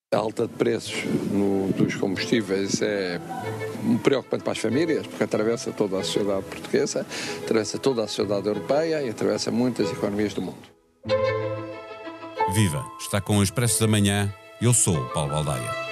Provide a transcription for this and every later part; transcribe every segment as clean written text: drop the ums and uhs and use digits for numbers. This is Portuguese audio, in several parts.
A alta de preços dos combustíveis é preocupante para as famílias, porque atravessa toda a sociedade portuguesa, atravessa toda a sociedade europeia e atravessa muitas economias do mundo. Viva! Está com o Expresso da Manhã. Eu sou o Paulo Baldaia.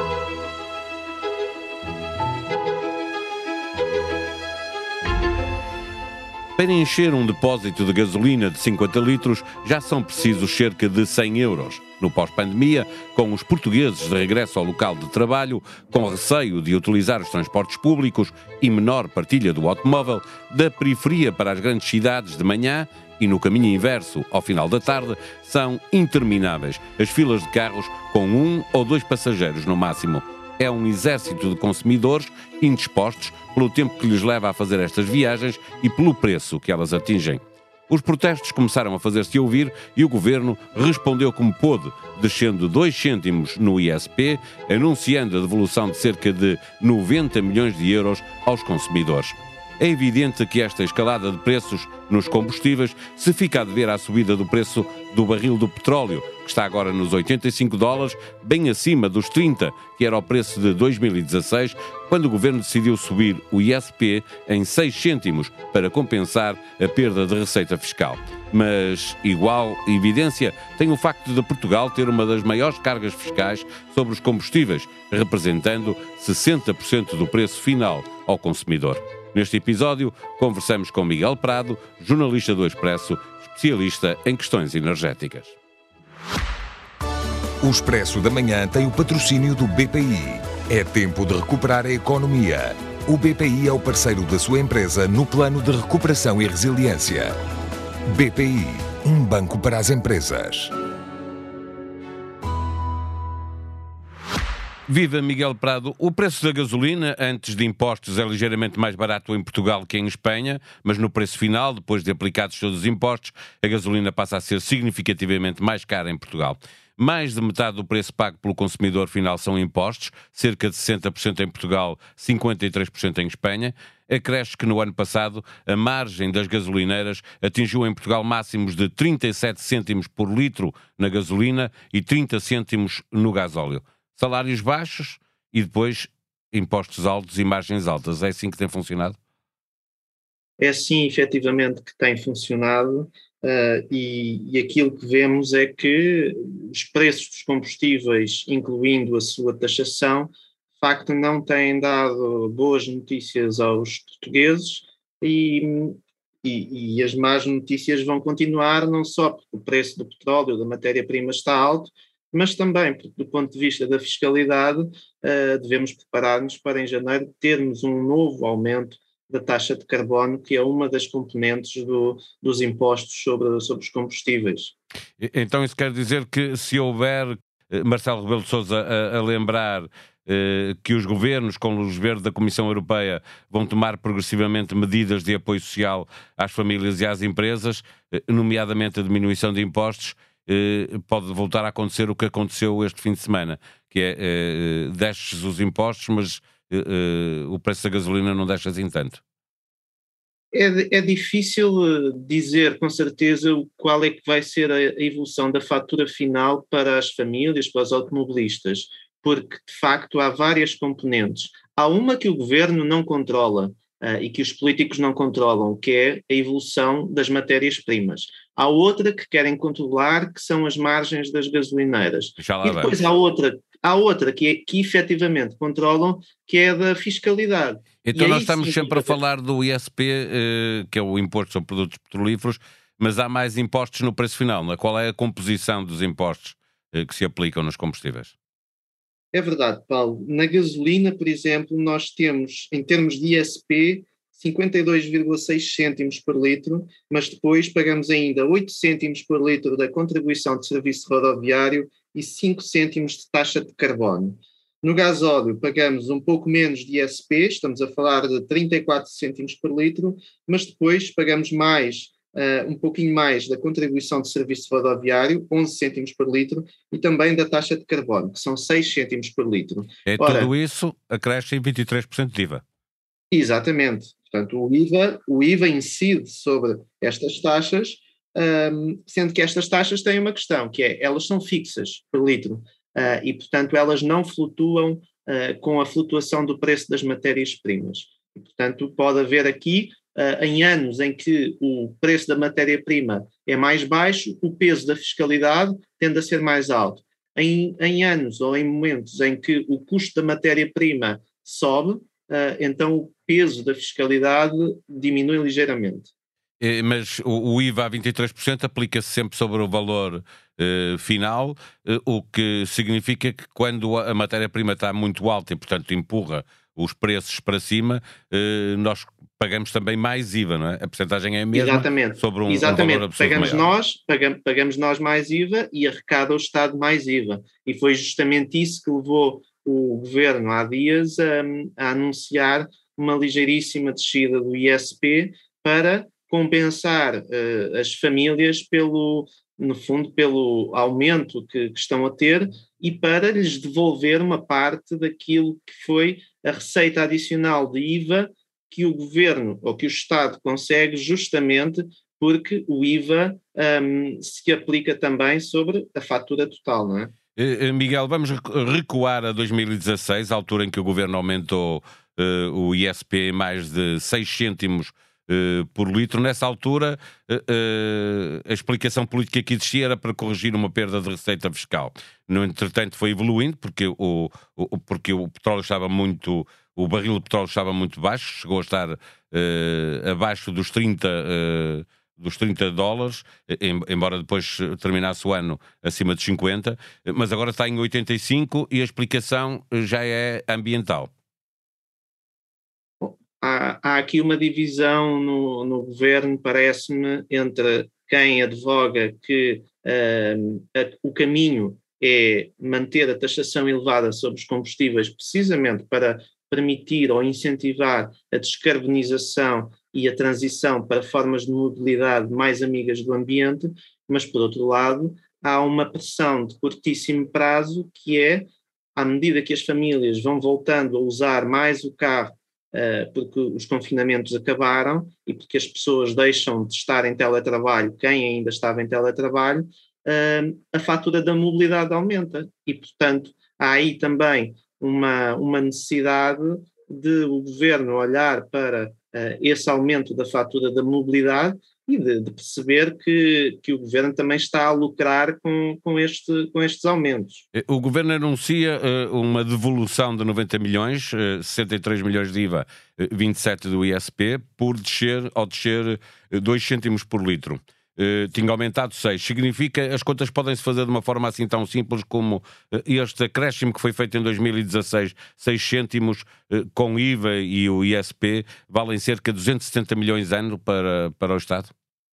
Para encher um depósito de gasolina de 50 litros já são precisos cerca de 100 euros. No pós-pandemia, com os portugueses de regresso ao local de trabalho, com receio de utilizar os transportes públicos e menor partilha do automóvel, da periferia para as grandes cidades de manhã e no caminho inverso, ao final da tarde, são intermináveis as filas de carros com 1 ou 2 passageiros no máximo. É um exército de consumidores indispostos pelo tempo que lhes leva a fazer estas viagens e pelo preço que elas atingem. Os protestos começaram a fazer-se ouvir e o governo respondeu como pôde, descendo 2 cêntimos no ISP, anunciando a devolução de cerca de 90 milhões de euros aos consumidores. É evidente que esta escalada de preços nos combustíveis se fica a dever à subida do preço do barril do petróleo, que está agora nos $85, bem acima dos 30, que era o preço de 2016, quando o governo decidiu subir o ISP em 6 cêntimos para compensar a perda de receita fiscal. Mas, igual evidência, tem o facto de Portugal ter uma das maiores cargas fiscais sobre os combustíveis, representando 60% do preço final ao consumidor. Neste episódio, conversamos com Miguel Prado, jornalista do Expresso, especialista em questões energéticas. O Expresso da Manhã tem o patrocínio do BPI. É tempo de recuperar a economia. O BPI é o parceiro da sua empresa no plano de recuperação e resiliência. BPI, um banco para as empresas. Viva Miguel Prado. O preço da gasolina, antes de impostos, é ligeiramente mais barato em Portugal que em Espanha, mas no preço final, depois de aplicados todos os impostos, a gasolina passa a ser significativamente mais cara em Portugal. Mais de metade do preço pago pelo consumidor final são impostos, cerca de 60% em Portugal, 53% em Espanha. Acresce que no ano passado a margem das gasolineiras atingiu em Portugal máximos de 37 cêntimos por litro na gasolina e 30 cêntimos no gasóleo. Salários baixos e depois impostos altos e margens altas. É assim que tem funcionado? É assim, efetivamente, que tem funcionado e aquilo que vemos é que os preços dos combustíveis, incluindo a sua taxação, de facto não têm dado boas notícias aos portugueses e as más notícias vão continuar, não só porque o preço do petróleo, da matéria-prima está alto, mas também, porque do ponto de vista da fiscalidade, devemos preparar-nos para em janeiro termos um novo aumento da taxa de carbono, que é uma das componentes dos impostos sobre os combustíveis. Então isso quer dizer que se houver, Marcelo Rebelo de Sousa a lembrar que os governos, com luz verde da Comissão Europeia, vão tomar progressivamente medidas de apoio social às famílias e às empresas, nomeadamente a diminuição de impostos, pode voltar a acontecer o que aconteceu este fim de semana, que é desces os impostos, mas o preço da gasolina não desce assim tanto. É difícil dizer com certeza qual é que vai ser a evolução da fatura final para as famílias, para os automobilistas, porque de facto há várias componentes. Há uma que o governo não controla e que os políticos não controlam, que é a evolução das matérias-primas. Há outra que querem controlar, que são as margens das gasolineiras. E depois há outra que efetivamente controlam, que é da fiscalidade. Então nós estamos sempre a falar do ISP, que é o Imposto sobre Produtos Petrolíferos, mas há mais impostos no preço final, não é? Qual é a composição dos impostos que se aplicam nos combustíveis? É verdade, Paulo. Na gasolina, por exemplo, nós temos, em termos de ISP, 52,6 cêntimos por litro, mas depois pagamos ainda 8 cêntimos por litro da contribuição de serviço rodoviário e 5 cêntimos de taxa de carbono. No gasóleo pagamos um pouco menos de ISP, estamos a falar de 34 cêntimos por litro, mas depois pagamos mais, um pouquinho mais da contribuição de serviço rodoviário, 11 cêntimos por litro, e também da taxa de carbono, que são 6 cêntimos por litro. Tudo isso acresce em 23% de IVA. Exatamente. Portanto, o IVA incide sobre estas taxas, sendo que estas taxas têm uma questão, que é, elas são fixas por litro. e, portanto, elas não flutuam com a flutuação do preço das matérias-primas. E, portanto, pode haver aqui, em anos em que o preço da matéria-prima é mais baixo, o peso da fiscalidade tende a ser mais alto. Em anos ou em momentos em que o custo da matéria-prima sobe, então o peso da fiscalidade diminui ligeiramente. Mas o IVA a 23% aplica-se sempre sobre o valor final, o que significa que quando a matéria-prima está muito alta e, portanto, empurra os preços para cima, nós pagamos também mais IVA, não é? A percentagem é a mesma. Exatamente. Sobre um Exatamente. valor absoluto maior. Pagamos nós mais IVA e arrecada o Estado mais IVA. E foi justamente isso que levou o Governo há dias a anunciar uma ligeiríssima descida do ISP para compensar as famílias no fundo, pelo aumento que estão a ter e para lhes devolver uma parte daquilo que foi a receita adicional de IVA que o Governo ou que o Estado consegue justamente porque o IVA se aplica também sobre a fatura total, não é? Miguel, vamos recuar a 2016, a altura em que o Governo aumentou o ISP em mais de 6 cêntimos por litro. Nessa altura, a explicação política que existia era para corrigir uma perda de receita fiscal. No entretanto, foi evoluindo, porque o petróleo estava muito... O barril de petróleo estava muito baixo, chegou a estar abaixo dos 30 dólares, embora depois terminasse o ano acima de 50, mas agora está em 85 e a explicação já é ambiental. Há aqui uma divisão no Governo, parece-me, entre quem advoga que o caminho é manter a taxação elevada sobre os combustíveis precisamente para permitir ou incentivar a descarbonização e a transição para formas de mobilidade mais amigas do ambiente, mas, por outro lado, há uma pressão de curtíssimo prazo que é, à medida que as famílias vão voltando a usar mais o carro porque os confinamentos acabaram e porque as pessoas deixam de estar em teletrabalho, quem ainda estava em teletrabalho, a fatura da mobilidade aumenta e, portanto, há aí também uma necessidade de o Governo olhar para esse aumento da fatura da mobilidade e de perceber que o Governo também está a lucrar com estes aumentos. O Governo anuncia uma devolução de 90 milhões, 63 milhões de IVA, 27 do ISP, ao descer 2 cêntimos por litro. Tinha aumentado 6. Significa, as contas podem-se fazer de uma forma assim tão simples como este acréscimo que foi feito em 2016, 6 cêntimos com IVA e o ISP, valem cerca de 270 milhões ano para o Estado?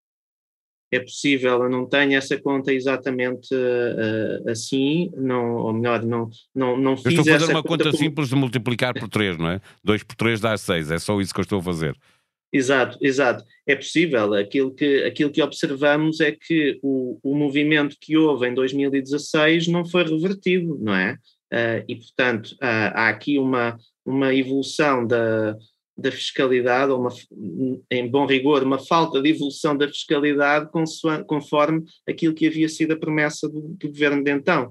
É possível, eu não tenho essa conta exatamente assim, não, ou melhor, não fiz essa conta. Eu estou a fazer uma conta simples de multiplicar por 3, não é? 2 por 3 dá 6, é só isso que eu estou a fazer. Exato. É possível. Aquilo que observamos é que o movimento que houve em 2016 não foi revertido, não é? E, portanto, há aqui uma evolução da fiscalidade, ou em bom rigor, uma falta de evolução da fiscalidade conforme aquilo que havia sido a promessa do governo de então.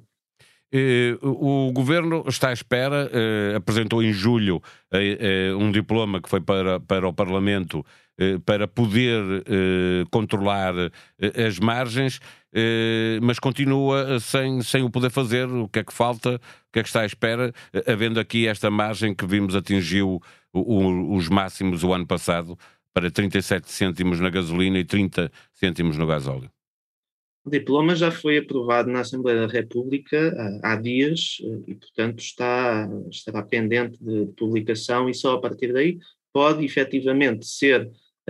O Governo está à espera, apresentou em julho um diploma que foi para o Parlamento para poder controlar as margens, mas continua sem o poder fazer. O que é que falta? O que é que está à espera? Havendo aqui esta margem que vimos atingiu os máximos o ano passado para 37 cêntimos na gasolina e 30 cêntimos no gasóleo. O diploma já foi aprovado na Assembleia da República há dias e, portanto, estará pendente de publicação e só a partir daí pode efetivamente ser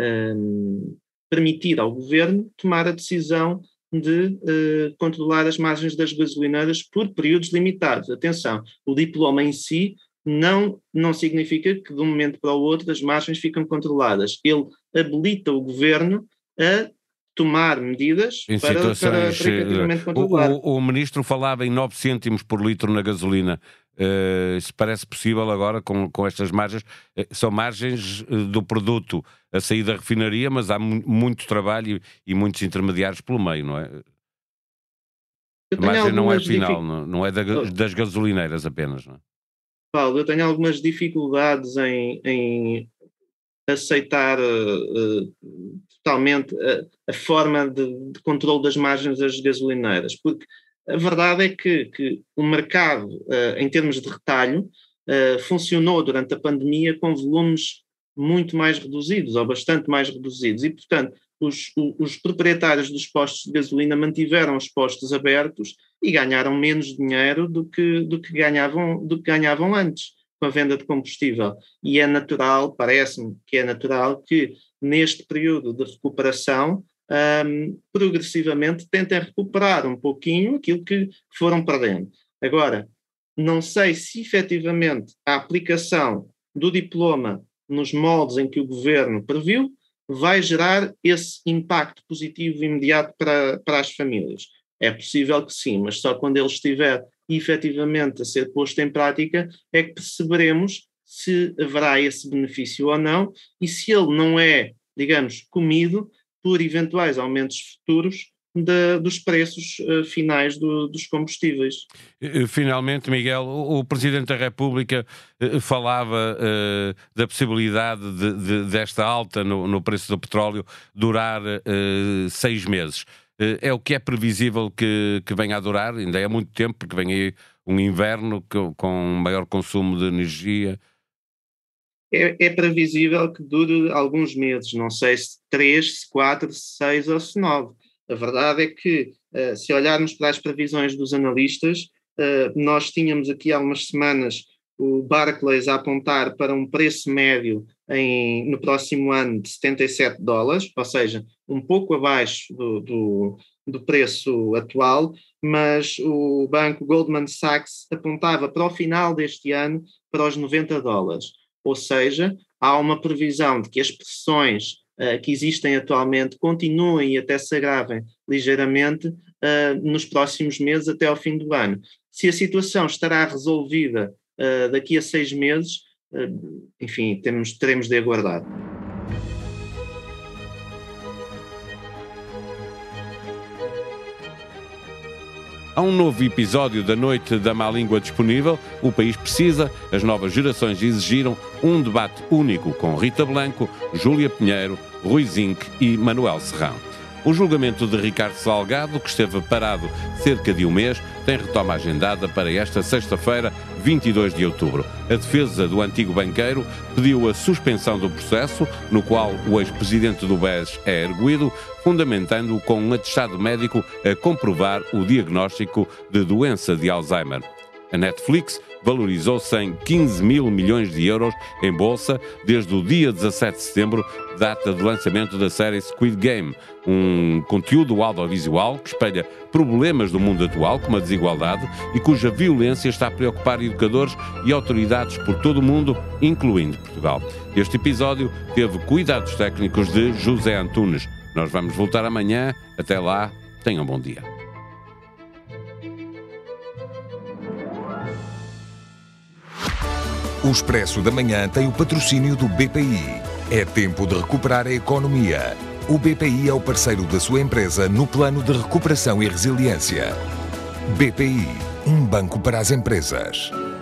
permitir ao Governo tomar a decisão de controlar as margens das gasolineiras por períodos limitados. Atenção, o diploma em si não significa que de um momento para o outro as margens ficam controladas. Ele habilita o Governo a tomar medidas para efetivamente controlar. O Ministro falava em 9 cêntimos por litro na gasolina. Isso parece possível agora com estas margens? São margens do produto a sair da refinaria, mas há muito trabalho e muitos intermediários pelo meio, não é? A margem não é final, não é das gasolineiras apenas, não é? Paulo, eu tenho algumas dificuldades em aceitar totalmente a forma de controle das margens das gasolineiras, porque a verdade é que o mercado, em termos de retalho, funcionou durante a pandemia com volumes muito mais reduzidos, ou bastante mais reduzidos, e, portanto, os proprietários dos postos de gasolina mantiveram os postos abertos e ganharam menos dinheiro do que ganhavam antes com a venda de combustível. E é natural, parece-me que é natural, que neste período de recuperação progressivamente tentem recuperar um pouquinho aquilo que foram perdendo. Agora, não sei se efetivamente a aplicação do diploma nos moldes em que o governo previu vai gerar esse impacto positivo imediato para as famílias. É possível que sim, mas só quando ele estiver efetivamente a ser posto em prática é que perceberemos se haverá esse benefício ou não e se ele não é, digamos, comido por eventuais aumentos futuros dos preços finais dos combustíveis. Finalmente, Miguel, o Presidente da República falava da possibilidade desta alta no preço do petróleo durar 6 meses. É o que é previsível que venha a durar? Ainda é muito tempo, porque vem aí um inverno com maior consumo de energia. É previsível que dure alguns meses, não sei se 3, se 4, se 6 ou se 9. A verdade é que, se olharmos para as previsões dos analistas, nós tínhamos aqui há umas semanas o Barclays a apontar para um preço médio no próximo ano de $77, ou seja, um pouco abaixo do preço atual, mas o banco Goldman Sachs apontava para o final deste ano para os $90. Ou seja, há uma previsão de que as pressões que existem atualmente continuem e até se agravem ligeiramente nos próximos meses até ao fim do ano. Se a situação estará resolvida daqui a 6 meses, enfim, teremos de aguardar. Há um novo episódio da Noite da Má Língua disponível. O país precisa, as novas gerações exigiram um debate único com Rita Blanco, Júlia Pinheiro, Rui Zinck e Manuel Serrão. O julgamento de Ricardo Salgado, que esteve parado cerca de um mês, tem retoma agendada para esta sexta-feira, 22 de outubro. A defesa do antigo banqueiro pediu a suspensão do processo, no qual o ex-presidente do BES é arguido, fundamentando-o com um atestado médico a comprovar o diagnóstico de doença de Alzheimer. A Netflix valorizou-se em 15 mil milhões de euros em bolsa desde o dia 17 de setembro, data de lançamento da série Squid Game, um conteúdo audiovisual que espelha problemas do mundo atual, como a desigualdade, e cuja violência está a preocupar educadores e autoridades por todo o mundo, incluindo Portugal. Este episódio teve cuidados técnicos de José Antunes. Nós vamos voltar amanhã. Até lá, tenham um bom dia. O Expresso da Manhã tem o patrocínio do BPI. É tempo de recuperar a economia. O BPI é o parceiro da sua empresa no plano de recuperação e resiliência. BPI, um banco para as empresas.